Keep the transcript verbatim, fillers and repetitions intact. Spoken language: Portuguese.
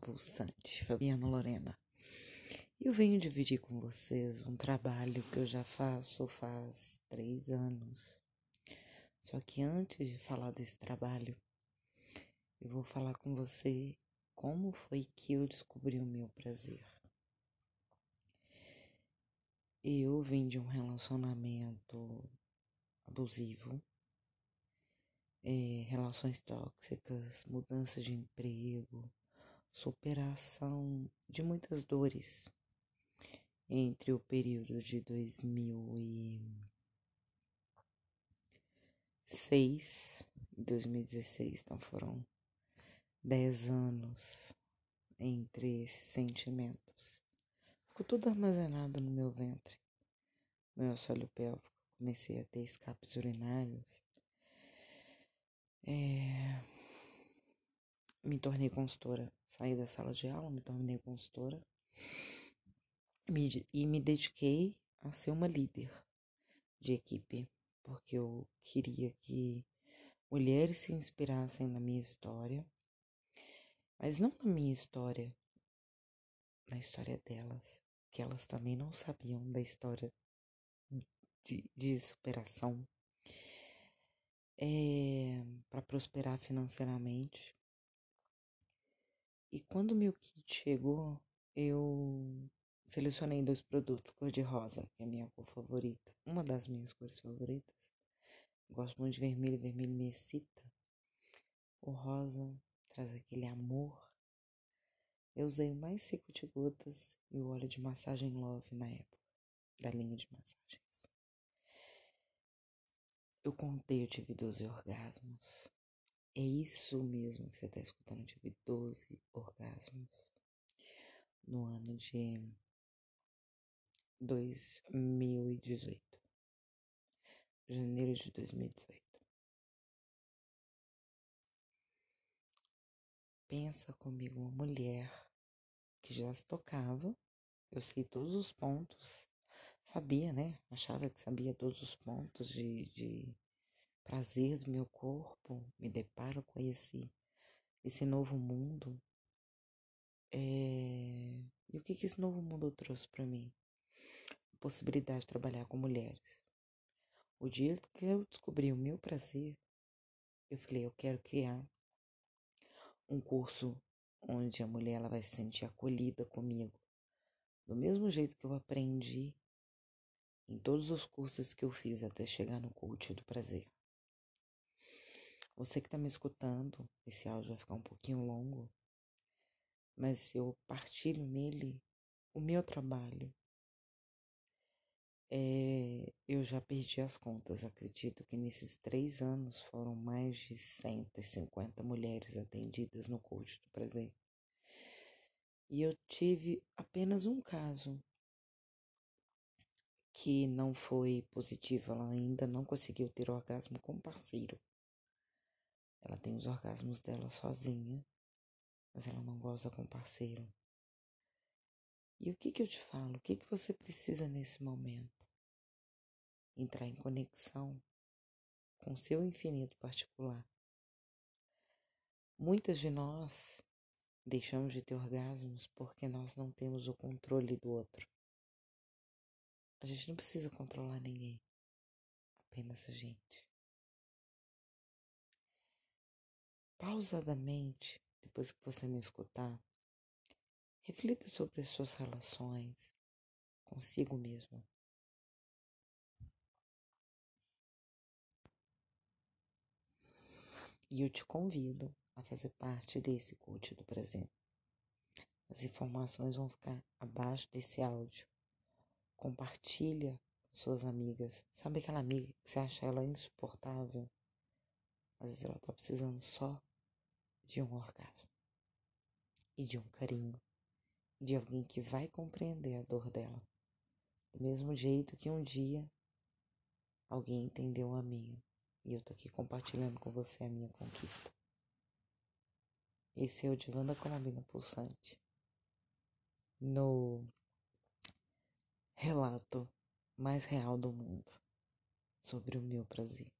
Pulsante, Fabiana Lorena. Eu venho dividir com vocês um trabalho que eu já faço faz três anos. Só que antes de falar desse trabalho, eu vou falar com você como foi que eu descobri o meu prazer. Eu vim de um relacionamento abusivo, é, relações tóxicas, mudança de emprego, superação de muitas dores entre o período de dois mil e seis e dois mil e dezesseis. Então foram dez anos entre esses sentimentos. Ficou tudo armazenado no meu ventre, meu assoalho pélvico. Comecei a ter escapes urinários. É... Me tornei consultora. Saí da sala de aula, me tornei consultora. Me, e me dediquei a ser uma líder de equipe, porque eu queria que mulheres se inspirassem na minha história, mas não na minha história, na história delas, que elas também não sabiam da história de, de superação, é, para prosperar financeiramente. E quando o meu kit chegou, eu selecionei dois produtos, cor-de-rosa, que é a minha cor favorita, uma das minhas cores favoritas. Gosto muito de vermelho, vermelho me excita. O rosa traz aquele amor. Eu usei o mais seco de gotas e o óleo de massagem Love na época, da linha de massagens. Eu contei, eu tive doze orgasmos. É isso mesmo que você está escutando, eu tive doze orgasmos no ano de dois mil e dezoito. Janeiro de dois mil e dezoito. Pensa comigo, uma mulher que já se tocava, eu sei todos os pontos, sabia, né? Achava que sabia todos os pontos de, de prazer do meu corpo, me deparo com esse, esse novo mundo. É... E o que, que esse novo mundo trouxe para mim? A possibilidade de trabalhar com mulheres. O dia que eu descobri o meu prazer, eu falei, eu quero criar um curso onde a mulher ela vai se sentir acolhida comigo. Do mesmo jeito que eu aprendi em todos os cursos que eu fiz até chegar no coach do prazer. Você que está me escutando, esse áudio vai ficar um pouquinho longo, mas eu partilho nele o meu trabalho. É, eu já perdi as contas, acredito que nesses três anos foram mais de cento e cinquenta mulheres atendidas no coach do prazer. E eu tive apenas um caso que não foi positivo, ela ainda não conseguiu ter orgasmo com parceiro. Ela tem os orgasmos dela sozinha, mas ela não goza com parceiro. E o que que eu te falo? O que que você precisa nesse momento? Entrar em conexão com seu infinito particular. Muitas de nós deixamos de ter orgasmos porque nós não temos o controle do outro. A gente não precisa controlar ninguém, apenas a gente. Pausadamente, depois que você me escutar, reflita sobre as suas relações consigo mesmo. E eu te convido a fazer parte desse coach do prazer. As informações vão ficar abaixo desse áudio. Compartilha com suas amigas. Sabe aquela amiga que você acha ela insuportável? Às vezes ela está precisando só de um orgasmo. E de um carinho. De alguém que vai compreender a dor dela. Do mesmo jeito que um dia alguém entendeu a minha. E eu tô aqui compartilhando com você a minha conquista. Esse é o Divã da Colombina Pulsante. No relato mais real do mundo sobre o meu prazer.